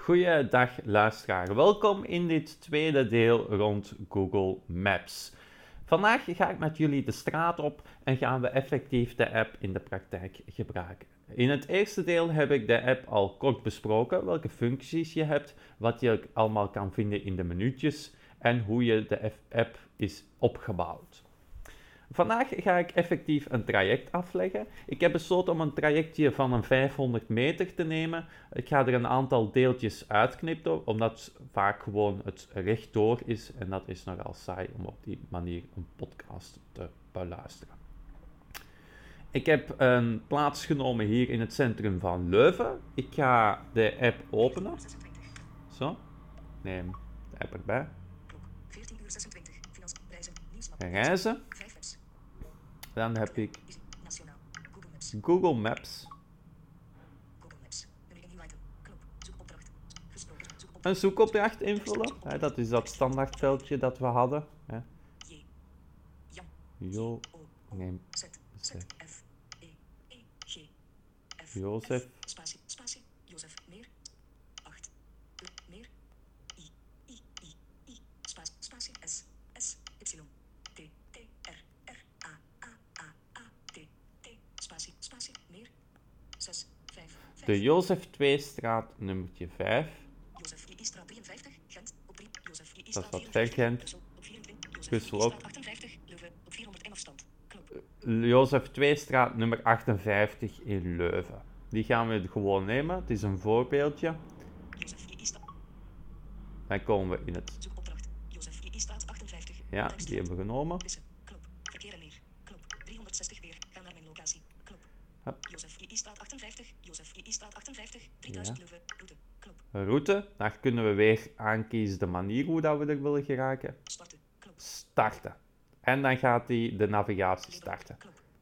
Goeiedag luisteraar, welkom in dit tweede deel rond Google Maps. Vandaag ga ik met jullie de straat op en gaan we effectief de app in de praktijk gebruiken. In het eerste deel heb ik de app al kort besproken, welke functies je hebt, wat je allemaal kan vinden in de menu'tjes en hoe je de app is opgebouwd. Vandaag ga ik effectief een traject afleggen. Ik heb besloten om een trajectje van een 500 meter te nemen. Ik ga er een aantal deeltjes uitknippen, omdat het vaak gewoon het rechtdoor is. En dat is nogal saai om op die manier een podcast te beluisteren. Ik heb een plaats genomen hier in het centrum van Leuven. Ik ga de app openen. Zo, neem de app erbij. 14:26. Reizen. Dan heb ik Google Maps. Een zoekopdracht invullen. Ja, dat is dat standaardveldje dat we hadden. Ja. Jozef. De Jozef 2-straat nummertje 5. Dat is wat ver, Gent. Brussel ook. Jozef 2-straat nummer 58 in Leuven. Die gaan we gewoon nemen. Het is een voorbeeldje. Dan komen we in het... Ja, die hebben we genomen. Jozef 58, 3000 Leuven, route. Daar kunnen we weer aankiezen de manier hoe dat we er willen geraken. Starten. En dan gaat hij de navigatie starten.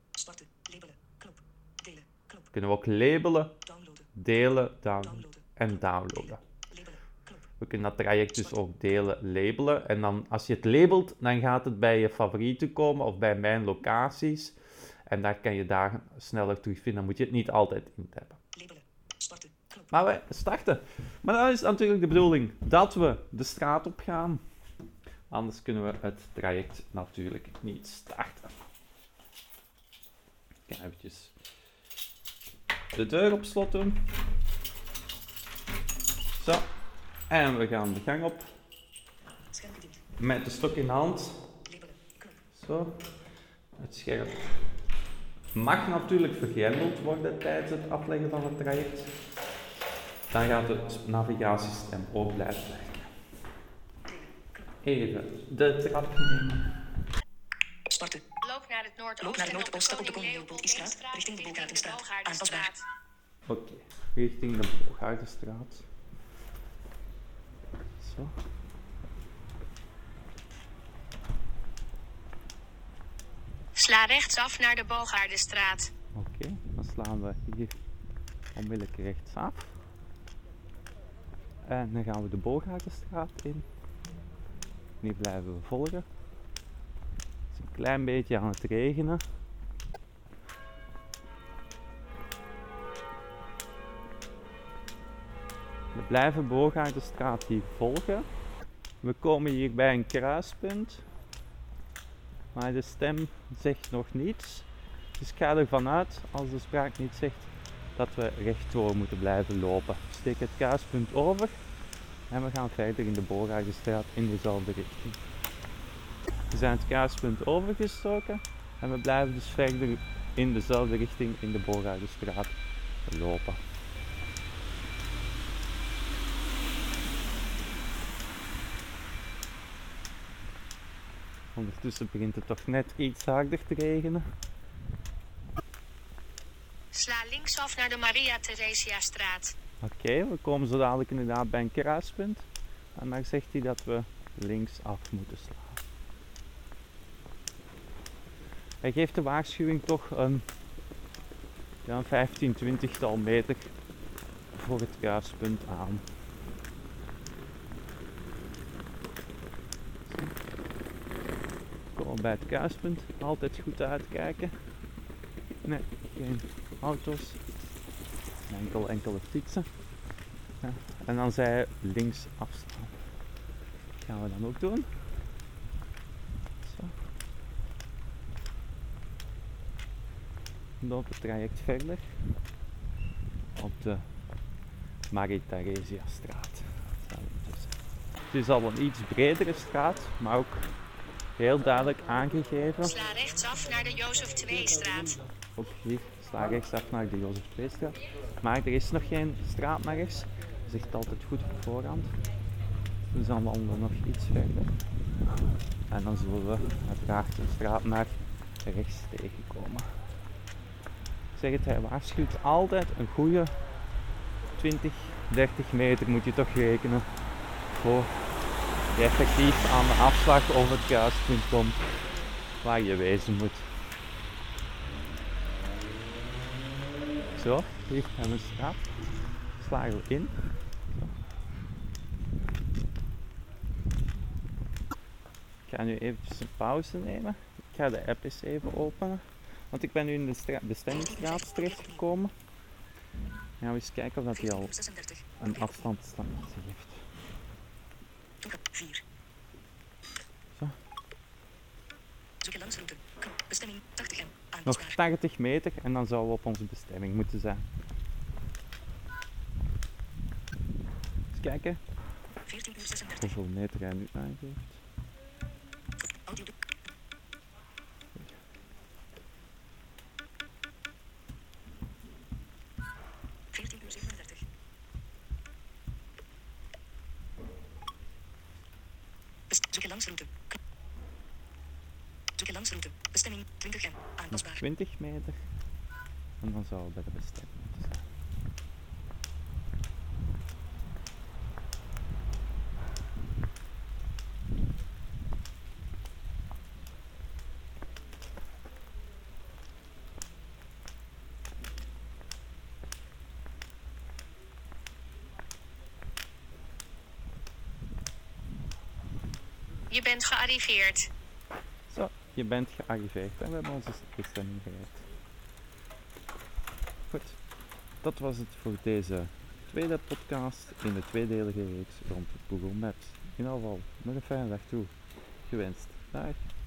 Kunnen we ook labelen, delen, en downloaden. We kunnen dat traject dus ook delen, labelen. En dan, als je het labelt, dan gaat het bij je favorieten komen of bij mijn locaties. En daar kan je daar sneller terugvinden. Dan moet je het niet altijd intappen. Maar we starten. Maar dan is natuurlijk de bedoeling dat we de straat op gaan. Anders kunnen we het traject natuurlijk niet starten. Ik ga eventjes de deur op slot doen. Zo. En we gaan de gang op. Met de stok in de hand. Zo. Het scherm mag natuurlijk vergrendeld worden tijdens het afleggen van het traject. Dan gaat de navigatiestem ook blijven werken. Even de trap nemen. Starten. Loop naar het noordoosten op de Koning Leopold-Straat, richting de Bogaertenstraat. Aanpasbaar. Oké, richting de Bogaertenstraat. Zo. Sla rechtsaf naar de Bogaertenstraat. Oké, dan slaan we hier onmiddellijk rechtsaf. En dan gaan we de Bogaertenstraat in. Die blijven we volgen. Het is een klein beetje aan het regenen. We blijven Bogaertenstraat hier volgen. We komen hier bij een kruispunt. Maar de stem zegt nog niets. Dus ik ga ervan uit, als de spraak niet zegt, dat we rechtdoor moeten blijven lopen. We steken het kruispunt over en we gaan verder in de Bogaertenstraat in dezelfde richting. We zijn het kruispunt overgestoken en we blijven dus verder in dezelfde richting in de Bogaertenstraat lopen. Ondertussen begint het toch net iets harder te regenen. Sla linksaf naar de Maria Theresiastraat. Oké, we komen zo dadelijk inderdaad bij een kruispunt. En daar zegt hij dat we linksaf moeten slaan. Hij geeft de waarschuwing toch een 15, 20-tal meter voor het kruispunt aan. Komen we bij het kruispunt, altijd goed uitkijken. Nee, geen auto's. Enkele fietsen. Ja. En dan zij links afslaan. Dat gaan we dan ook doen. Zo. Loop het traject verder op de Marie-Theresia-straat. Het is al een iets bredere straat, maar ook heel duidelijk aangegeven. Sla rechtsaf naar de Jozef II-straat. Ook hier, sla rechtsaf naar de Jozef II-straat. Maar er is nog geen straat naar rechts. Dat is echt altijd goed op voorhand. Dus dan wandelen we nog iets verder. En dan zullen we uiteraard een straat naar rechts tegenkomen. Ik zeg het, hij waarschuwt altijd een goede 20, 30 meter moet je toch rekenen voor je effectief aan de afslag of het kruispunt komt waar je wezen moet. Zo, hier hebben we een straat. Slagen we in. Zo. Ik ga nu eventjes een pauze nemen. Ik ga de app eens even openen. Want ik ben nu in de bestemmingsstraat terechtgekomen. Gaan we eens kijken of dat hij al 36. een afstandsstand geeft. Toegang 4. Zo. Zoek je langs route. Bestemming 80 en Nog aanpasbaar. 80 meter en dan zouden we op onze bestemming moeten zijn. Eens kijken 14 uur 36. hoeveel meter hij nu aangeeft. Audio. Uur 37. Zoek je langs route. Zoek je langs route. Bestemming 20 en Nog aanpasbaar. 20 meter en dan zouden we bij de bestemming moeten zijn. Je bent gearriveerd. Zo, je bent gearriveerd en we hebben onze bestemming bereikt. Goed, dat was het voor deze tweede podcast in de tweedelige reeks rond Google Maps. In ieder geval, nog een fijne dag toe. Gewenst. Dag.